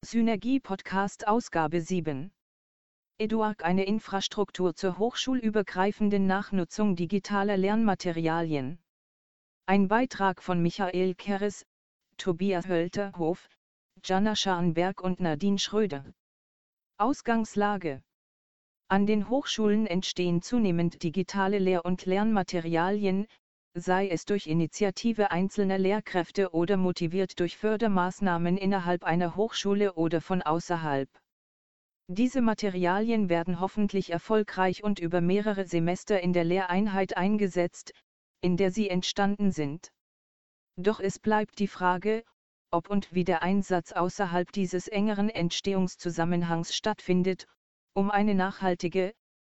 Synergie-Podcast Ausgabe 7. EduArc, eine Infrastruktur zur hochschulübergreifenden Nachnutzung digitaler Lernmaterialien. Ein Beitrag von Michael Keres, Tobias Hölterhof, Jana Scharnberg und Nadine Schröder. Ausgangslage: An den Hochschulen entstehen zunehmend digitale Lehr- und Lernmaterialien, sei es durch Initiative einzelner Lehrkräfte oder motiviert durch Fördermaßnahmen innerhalb einer Hochschule oder von außerhalb. Diese Materialien werden hoffentlich erfolgreich und über mehrere Semester in der Lehreinheit eingesetzt, in der sie entstanden sind. Doch es bleibt die Frage, ob und wie der Einsatz außerhalb dieses engeren Entstehungszusammenhangs stattfindet, um eine nachhaltige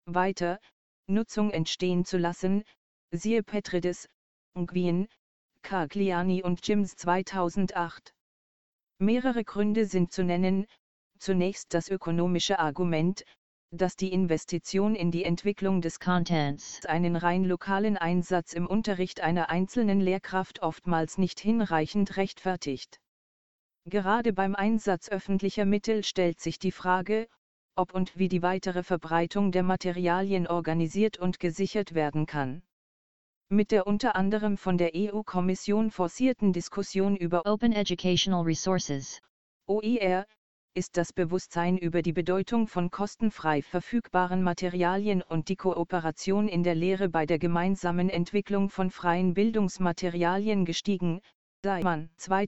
Nutzung entstehen zu lassen. Siehe Petridis, Nguyen, Cagliani und Jims 2008. Mehrere Gründe sind zu nennen. Zunächst das ökonomische Argument, dass die Investition in die Entwicklung des Contents einen rein lokalen Einsatz im Unterricht einer einzelnen Lehrkraft oftmals nicht hinreichend rechtfertigt. Gerade beim Einsatz öffentlicher Mittel stellt sich die Frage, ob und wie die weitere Verbreitung der Materialien organisiert und gesichert werden kann. Mit der unter anderem von der EU-Kommission forcierten Diskussion über Open Educational Resources OER ist das Bewusstsein über die Bedeutung von kostenfrei verfügbaren Materialien und die Kooperation in der Lehre bei der gemeinsamen Entwicklung von freien Bildungsmaterialien gestiegen, Seiman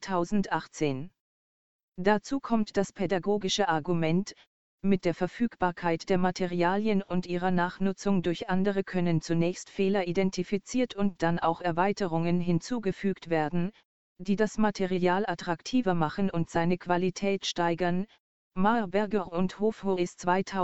2018. Dazu kommt das pädagogische Argument: Mit der Verfügbarkeit der Materialien und ihrer Nachnutzung durch andere können zunächst Fehler identifiziert und dann auch Erweiterungen hinzugefügt werden, die das Material attraktiver machen und seine Qualität steigern. Marberger und Hofhoes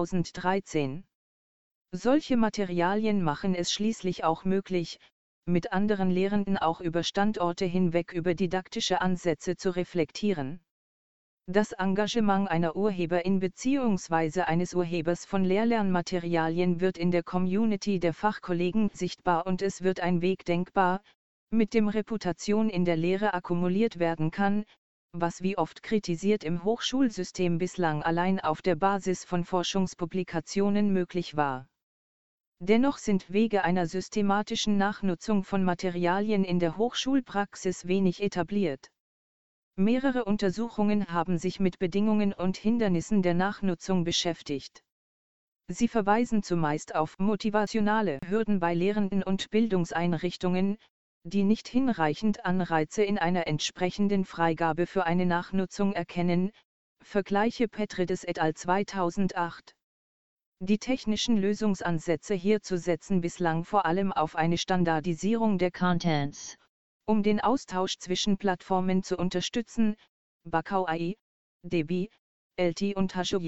2013. Solche Materialien machen es schließlich auch möglich, mit anderen Lehrenden auch über Standorte hinweg über didaktische Ansätze zu reflektieren. Das Engagement einer Urheberin bzw. eines Urhebers von Lehrlernmaterialien wird in der Community der Fachkollegen sichtbar und es wird ein Weg denkbar, mit dem Reputation in der Lehre akkumuliert werden kann, was wie oft kritisiert im Hochschulsystem bislang allein auf der Basis von Forschungspublikationen möglich war. Dennoch sind Wege einer systematischen Nachnutzung von Materialien in der Hochschulpraxis wenig etabliert. Mehrere Untersuchungen haben sich mit Bedingungen und Hindernissen der Nachnutzung beschäftigt. Sie verweisen zumeist auf motivationale Hürden bei Lehrenden und Bildungseinrichtungen, die nicht hinreichend Anreize in einer entsprechenden Freigabe für eine Nachnutzung erkennen. Vergleiche Petridis et al. 2008. Die technischen Lösungsansätze hierzu setzen bislang vor allem auf eine Standardisierung der Contents, um den Austausch zwischen Plattformen zu unterstützen. Bakau AI, DB, LT und Hashogi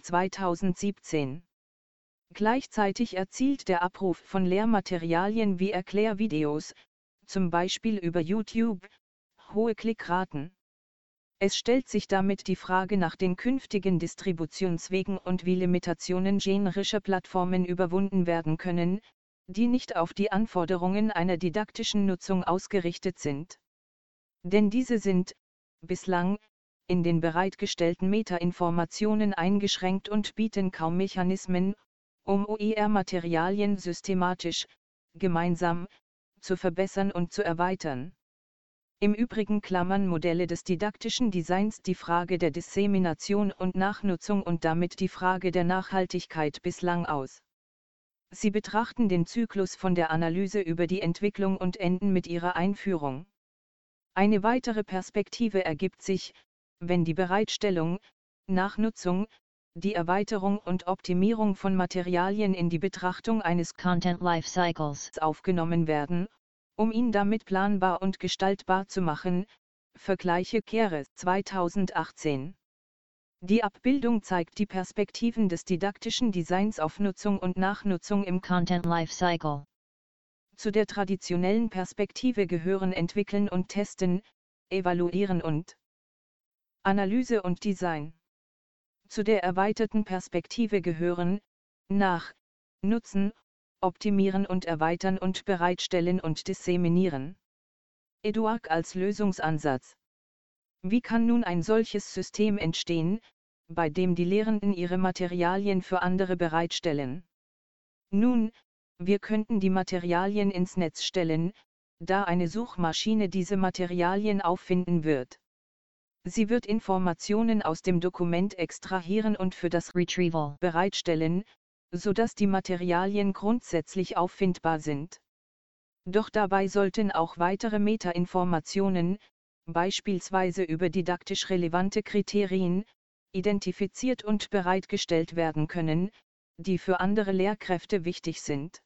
2017. Gleichzeitig erzielt der Abruf von Lehrmaterialien wie Erklärvideos, zum Beispiel über YouTube, hohe Klickraten. Es stellt sich damit die Frage nach den künftigen Distributionswegen und wie Limitationen generischer Plattformen überwunden werden können, die nicht auf die Anforderungen einer didaktischen Nutzung ausgerichtet sind. Denn diese sind, bislang, in den bereitgestellten Metainformationen eingeschränkt und bieten kaum Mechanismen, um OER-Materialien systematisch, gemeinsam, zu verbessern und zu erweitern. Im Übrigen klammern Modelle des didaktischen Designs die Frage der Dissemination und Nachnutzung und damit die Frage der Nachhaltigkeit bislang aus. Sie betrachten den Zyklus von der Analyse über die Entwicklung und enden mit ihrer Einführung. Eine weitere Perspektive ergibt sich, wenn die Bereitstellung, Nachnutzung, die Erweiterung und Optimierung von Materialien in die Betrachtung eines Content Lifecycles aufgenommen werden, um ihn damit planbar und gestaltbar zu machen. Vergleiche Keres 2018. Die Abbildung zeigt die Perspektiven des didaktischen Designs auf Nutzung und Nachnutzung im Content Lifecycle. Zu der traditionellen Perspektive gehören Entwickeln und Testen, Evaluieren und Analyse und Design. Zu der erweiterten Perspektive gehören Nutzen, Optimieren und Erweitern und Bereitstellen und Disseminieren. EduArc als Lösungsansatz. Wie kann nun ein solches System entstehen, bei dem die Lehrenden ihre Materialien für andere bereitstellen. Nun, wir könnten die Materialien ins Netz stellen, da eine Suchmaschine diese Materialien auffinden wird. Sie wird Informationen aus dem Dokument extrahieren und für das Retrieval. bereitstellen, sodass die Materialien grundsätzlich auffindbar sind. Doch dabei sollten auch weitere Metainformationen, beispielsweise über didaktisch relevante Kriterien, identifiziert und bereitgestellt werden können, die für andere Lehrkräfte wichtig sind.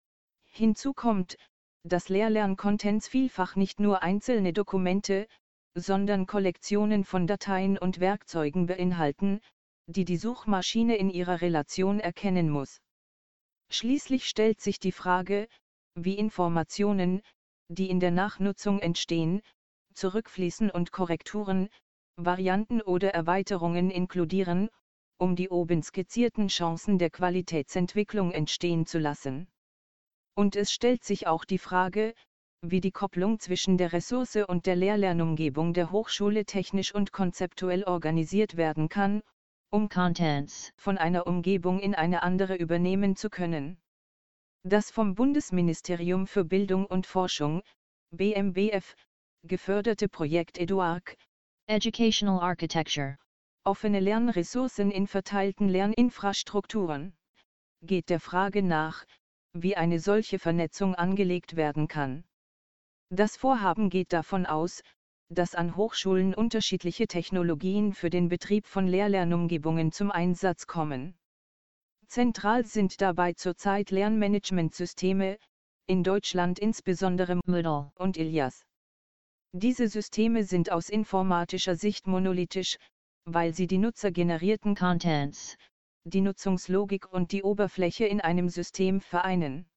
Hinzu kommt, dass Lehr-Lern-Contents vielfach nicht nur einzelne Dokumente, sondern Kollektionen von Dateien und Werkzeugen beinhalten, die die Suchmaschine in ihrer Relation erkennen muss. Schließlich stellt sich die Frage, wie Informationen, die in der Nachnutzung entstehen, zurückfließen und Korrekturen, Varianten oder Erweiterungen inkludieren, um die oben skizzierten Chancen der Qualitätsentwicklung entstehen zu lassen. Und es stellt sich auch die Frage, wie die Kopplung zwischen der Ressource und der Lehr-Lernumgebung der Hochschule technisch und konzeptuell organisiert werden kann, um Contents. von einer Umgebung in eine andere übernehmen zu können. Das vom Bundesministerium für Bildung und Forschung, BMBF, geförderte Projekt EduArc, Educational Architecture. offene Lernressourcen in verteilten Lerninfrastrukturen, geht der Frage nach, wie eine solche Vernetzung angelegt werden kann. Das Vorhaben geht davon aus, dass an Hochschulen unterschiedliche Technologien für den Betrieb von Lehr-Lernumgebungen zum Einsatz kommen. Zentral sind dabei zurzeit Lernmanagementsysteme, in Deutschland insbesondere Moodle. und Ilias. Diese Systeme sind aus informatischer Sicht monolithisch, weil sie die nutzergenerierten Contents. die Nutzungslogik und die Oberfläche in einem System vereinen.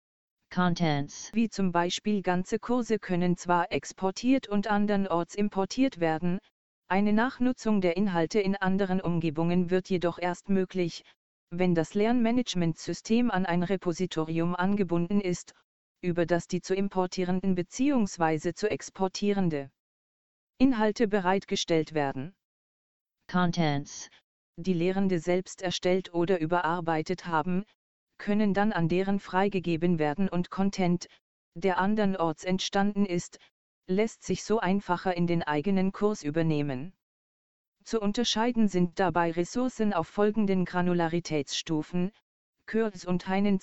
Contents. Wie zum Beispiel ganze Kurse können zwar exportiert und andernorts importiert werden, eine Nachnutzung der Inhalte in anderen Umgebungen wird jedoch erst möglich, wenn das Lernmanagementsystem an ein Repositorium angebunden ist, über das die zu importierenden bzw. zu exportierende Inhalte bereitgestellt werden. Contents. Die Lehrende selbst erstellt oder überarbeitet haben, können dann an deren freigegeben werden und Content, der andernorts entstanden ist, lässt sich so einfacher in den eigenen Kurs übernehmen. Zu unterscheiden sind dabei Ressourcen auf folgenden Granularitätsstufen, Kurs und Heinen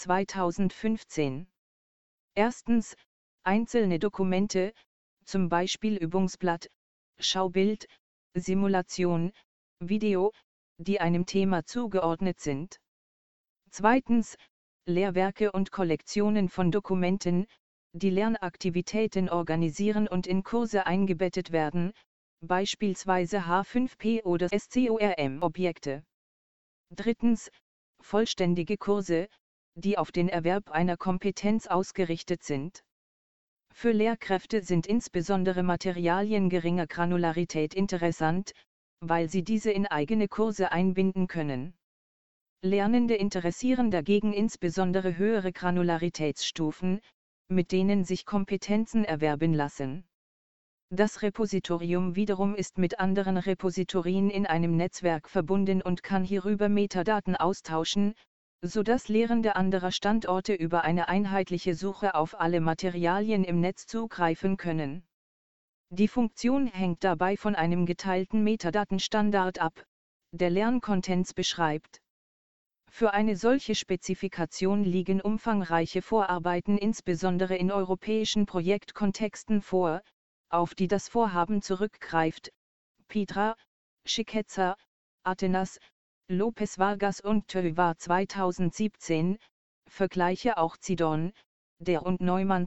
2015. Erstens, einzelne Dokumente, zum Beispiel Übungsblatt, Schaubild, Simulation, Video, die einem Thema zugeordnet sind. Zweitens, Lehrwerke und Kollektionen von Dokumenten, die Lernaktivitäten organisieren und in Kurse eingebettet werden, beispielsweise H5P oder SCORM-Objekte. Drittens, vollständige Kurse, die auf den Erwerb einer Kompetenz ausgerichtet sind. Für Lehrkräfte sind insbesondere Materialien geringer Granularität interessant, weil sie diese in eigene Kurse einbinden können. Lernende interessieren dagegen insbesondere höhere Granularitätsstufen, mit denen sich Kompetenzen erwerben lassen. Das Repositorium wiederum ist mit anderen Repositorien in einem Netzwerk verbunden und kann hierüber Metadaten austauschen, sodass Lehrende anderer Standorte über eine einheitliche Suche auf alle Materialien im Netz zugreifen können. Die Funktion hängt dabei von einem geteilten Metadatenstandard ab, der Lerncontents beschreibt. Für eine solche Spezifikation liegen umfangreiche Vorarbeiten insbesondere in europäischen Projektkontexten vor, auf die das Vorhaben zurückgreift. Pietra, Schiketzer, Atenas, Lopez Vargas und Tövar 2017, Vergleiche auch Zidon, der und Neumann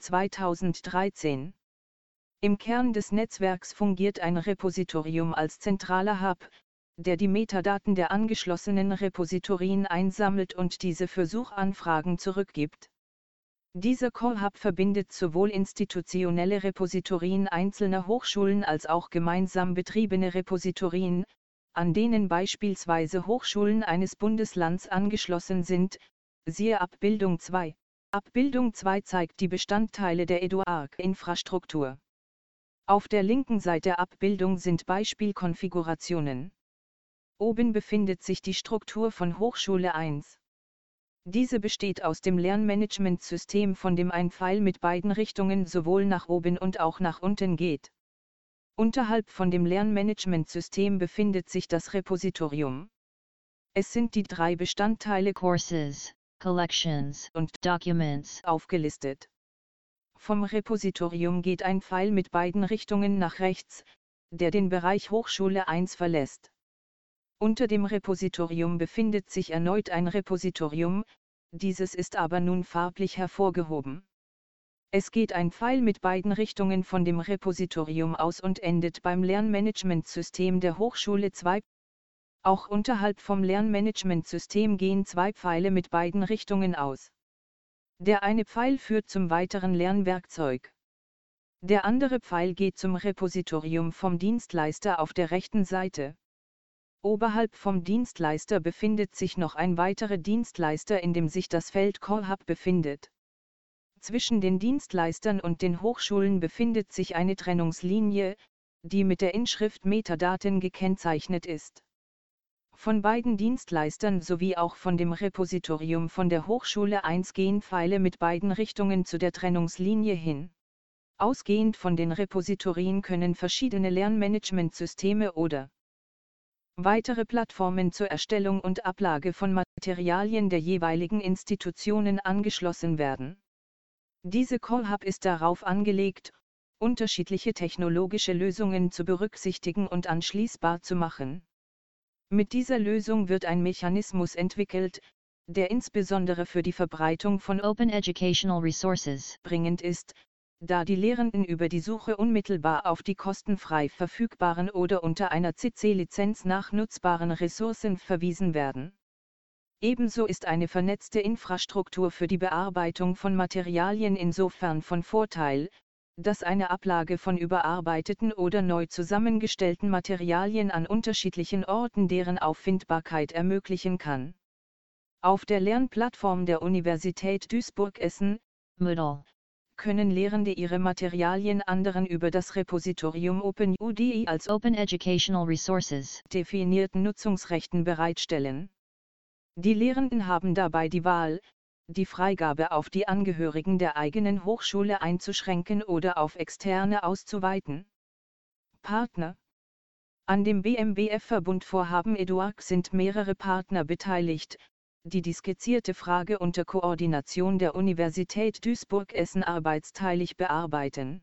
2013. Im Kern des Netzwerks fungiert ein Repositorium als zentraler Hub, der die Metadaten der angeschlossenen Repositorien einsammelt und diese für Suchanfragen zurückgibt. Dieser Core Hub verbindet sowohl institutionelle Repositorien einzelner Hochschulen als auch gemeinsam betriebene Repositorien, an denen beispielsweise Hochschulen eines Bundeslands angeschlossen sind, siehe Abbildung 2. Abbildung 2 zeigt die Bestandteile der EduArc-Infrastruktur. Auf der linken Seite der Abbildung sind Beispielkonfigurationen. Oben befindet sich die Struktur von Hochschule 1. Diese besteht aus dem Lernmanagementsystem, von dem ein Pfeil mit beiden Richtungen sowohl nach oben und auch nach unten geht. Unterhalb von dem Lernmanagementsystem befindet sich das Repositorium. Es sind die 3 Bestandteile Courses, Collections und Documents aufgelistet. Vom Repositorium geht ein Pfeil mit beiden Richtungen nach rechts, der den Bereich Hochschule 1 verlässt. Unter dem Repositorium befindet sich erneut ein Repositorium, dieses ist aber nun farblich hervorgehoben. Es geht ein Pfeil mit beiden Richtungen von dem Repositorium aus und endet beim Lernmanagementsystem der Hochschule 2. Auch unterhalb vom Lernmanagementsystem gehen 2 Pfeile mit beiden Richtungen aus. Der eine Pfeil führt zum weiteren Lernwerkzeug. Der andere Pfeil geht zum Repositorium vom Dienstleister auf der rechten Seite. Oberhalb vom Dienstleister befindet sich noch ein weiterer Dienstleister, in dem sich das Feld Core Hub befindet. Zwischen den Dienstleistern und den Hochschulen befindet sich eine Trennungslinie, die mit der Inschrift Metadaten gekennzeichnet ist. Von beiden Dienstleistern sowie auch von dem Repositorium von der Hochschule 1 gehen Pfeile mit beiden Richtungen zu der Trennungslinie hin. Ausgehend von den Repositorien können verschiedene Lernmanagementsysteme oder weitere Plattformen zur Erstellung und Ablage von Materialien der jeweiligen Institutionen angeschlossen werden. Diese Core Hub ist darauf angelegt, unterschiedliche technologische Lösungen zu berücksichtigen und anschließbar zu machen. Mit dieser Lösung wird ein Mechanismus entwickelt, der insbesondere für die Verbreitung von Open Educational Resources bringend ist, da die Lehrenden über die Suche unmittelbar auf die kostenfrei verfügbaren oder unter einer CC-Lizenz nachnutzbaren Ressourcen verwiesen werden. Ebenso ist eine vernetzte Infrastruktur für die Bearbeitung von Materialien insofern von Vorteil, dass eine Ablage von überarbeiteten oder neu zusammengestellten Materialien an unterschiedlichen Orten deren Auffindbarkeit ermöglichen kann. Auf der Lernplattform der Universität Duisburg-Essen, Moodle können Lehrende ihre Materialien anderen über das Repositorium OpenUDI als Open Educational Resources definierten Nutzungsrechten bereitstellen. Die Lehrenden haben dabei die Wahl, die Freigabe auf die Angehörigen der eigenen Hochschule einzuschränken oder auf externe auszuweiten. Partner: An dem BMBF-Verbundvorhaben EduArc sind mehrere Partner beteiligt, die die skizzierte Frage unter Koordination der Universität Duisburg-Essen arbeitsteilig bearbeiten.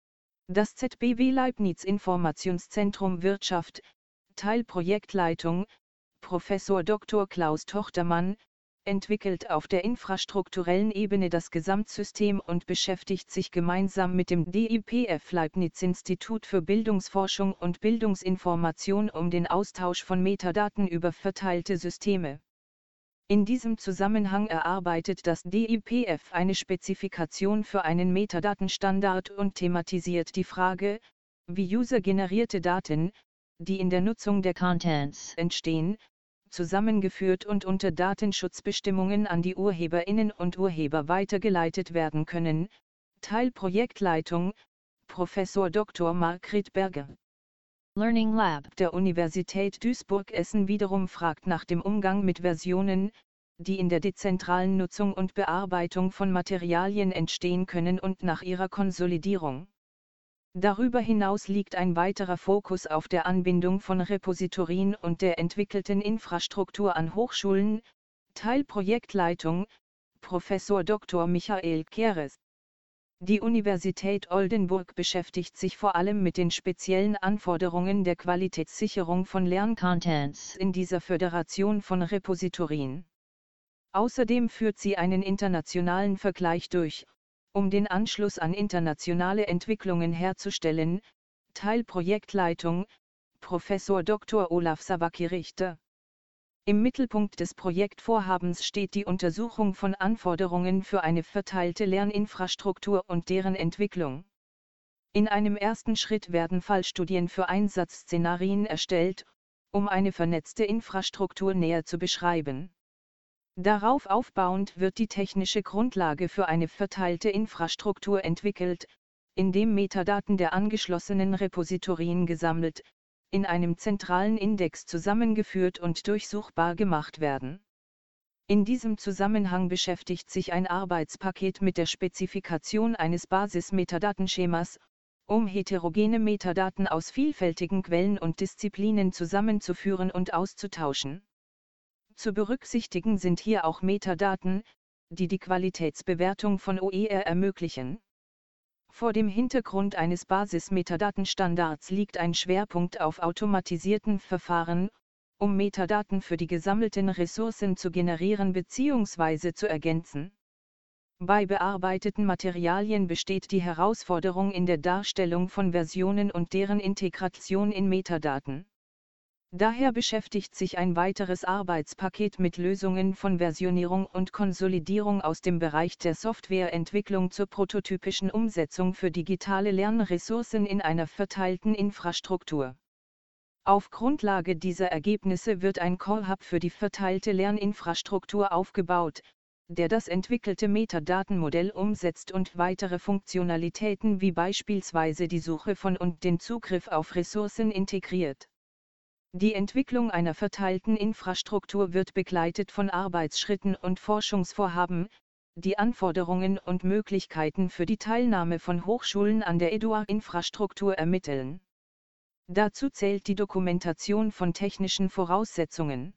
Das ZBW Leibniz Informationszentrum Wirtschaft, Teilprojektleitung, Professor Dr. Klaus Tochtermann, entwickelt auf der infrastrukturellen Ebene das Gesamtsystem und beschäftigt sich gemeinsam mit dem DIPF Leibniz Institut für Bildungsforschung und Bildungsinformation um den Austausch von Metadaten über verteilte Systeme. In diesem Zusammenhang erarbeitet das DIPF eine Spezifikation für einen Metadatenstandard und thematisiert die Frage, wie usergenerierte Daten, die in der Nutzung der Contents entstehen, zusammengeführt und unter Datenschutzbestimmungen an die UrheberInnen und Urheber weitergeleitet werden können. Teilprojektleitung: Professor Dr. Margret Berger. Learning Lab Der Universität Duisburg-Essen wiederum fragt nach dem Umgang mit Versionen, die in der dezentralen Nutzung und Bearbeitung von Materialien entstehen können und nach ihrer Konsolidierung. Darüber hinaus liegt ein weiterer Fokus auf der Anbindung von Repositorien und der entwickelten Infrastruktur an Hochschulen. Teilprojektleitung: Professor Dr. Michael Keres. Die Universität Oldenburg beschäftigt sich vor allem mit den speziellen Anforderungen der Qualitätssicherung von Contents in dieser Föderation von Repositorien. Außerdem führt sie einen internationalen Vergleich durch, um den Anschluss an internationale Entwicklungen herzustellen. Teilprojektleitung: Professor Dr. Olaf Sawacki-Richter. Im Mittelpunkt des Projektvorhabens steht die Untersuchung von Anforderungen für eine verteilte Lerninfrastruktur und deren Entwicklung. In einem ersten Schritt werden Fallstudien für Einsatzszenarien erstellt, um eine vernetzte Infrastruktur näher zu beschreiben. Darauf aufbauend wird die technische Grundlage für eine verteilte Infrastruktur entwickelt, indem Metadaten der angeschlossenen Repositorien gesammelt, in einem zentralen Index zusammengeführt und durchsuchbar gemacht werden. In diesem Zusammenhang beschäftigt sich ein Arbeitspaket mit der Spezifikation eines Basis-Metadatenschemas, um heterogene Metadaten aus vielfältigen Quellen und Disziplinen zusammenzuführen und auszutauschen. Zu berücksichtigen sind hier auch Metadaten, die die Qualitätsbewertung von OER ermöglichen. Vor dem Hintergrund eines Basis-Metadatenstandards liegt ein Schwerpunkt auf automatisierten Verfahren, um Metadaten für die gesammelten Ressourcen zu generieren bzw. zu ergänzen. Bei bearbeiteten Materialien besteht die Herausforderung in der Darstellung von Versionen und deren Integration in Metadaten. Daher beschäftigt sich ein weiteres Arbeitspaket mit Lösungen von Versionierung und Konsolidierung aus dem Bereich der Softwareentwicklung zur prototypischen Umsetzung für digitale Lernressourcen in einer verteilten Infrastruktur. Auf Grundlage dieser Ergebnisse wird ein Core Hub für die verteilte Lerninfrastruktur aufgebaut, der das entwickelte Metadatenmodell umsetzt und weitere Funktionalitäten wie beispielsweise die Suche von und den Zugriff auf Ressourcen integriert. Die Entwicklung einer verteilten Infrastruktur wird begleitet von Arbeitsschritten und Forschungsvorhaben, die Anforderungen und Möglichkeiten für die Teilnahme von Hochschulen an der EDUA-Infrastruktur ermitteln. Dazu zählt die Dokumentation von technischen Voraussetzungen.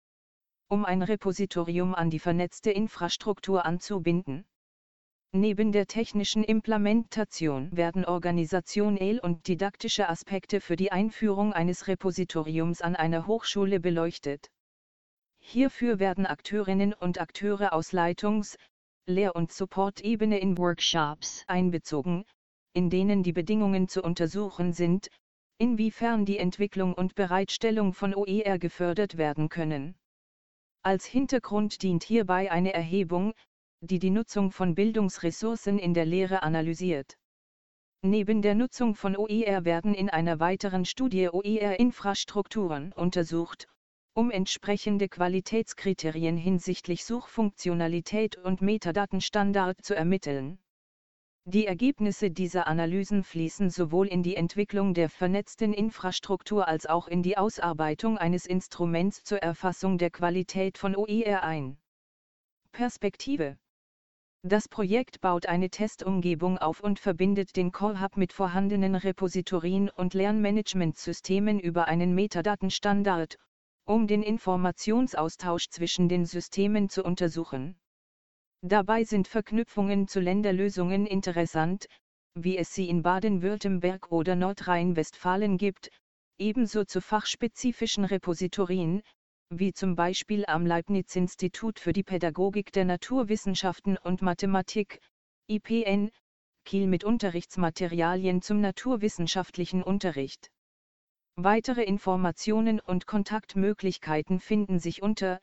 Um ein Repositorium an die vernetzte Infrastruktur anzubinden. Neben der technischen Implementation werden organisationelle und didaktische Aspekte für die Einführung eines Repositoriums an einer Hochschule beleuchtet. Hierfür werden Akteurinnen und Akteure aus Leitungs-, Lehr- und Support-Ebene in Workshops einbezogen, in denen die Bedingungen zu untersuchen sind, inwiefern die Entwicklung und Bereitstellung von OER gefördert werden können. Als Hintergrund dient hierbei eine Erhebung, die die Nutzung von Bildungsressourcen in der Lehre analysiert. Neben der Nutzung von OER werden in einer weiteren Studie OER-Infrastrukturen untersucht, um entsprechende Qualitätskriterien hinsichtlich Suchfunktionalität und Metadatenstandard zu ermitteln. Die Ergebnisse dieser Analysen fließen sowohl in die Entwicklung der vernetzten Infrastruktur als auch in die Ausarbeitung eines Instruments zur Erfassung der Qualität von OER ein. Perspektive. Das Projekt baut eine Testumgebung auf und verbindet den Core Hub mit vorhandenen Repositorien und Lernmanagementsystemen über einen Metadatenstandard, um den Informationsaustausch zwischen den Systemen zu untersuchen. Dabei sind Verknüpfungen zu Länderlösungen interessant, wie es sie in Baden-Württemberg oder Nordrhein-Westfalen gibt, ebenso zu fachspezifischen Repositorien, wie zum Beispiel am Leibniz-Institut für die Pädagogik der Naturwissenschaften und Mathematik, IPN, Kiel mit Unterrichtsmaterialien zum naturwissenschaftlichen Unterricht. Weitere Informationen und Kontaktmöglichkeiten finden sich unter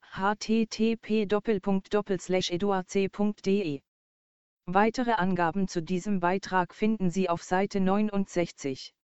http://eduac.de. Weitere Angaben zu diesem Beitrag finden Sie auf Seite 69.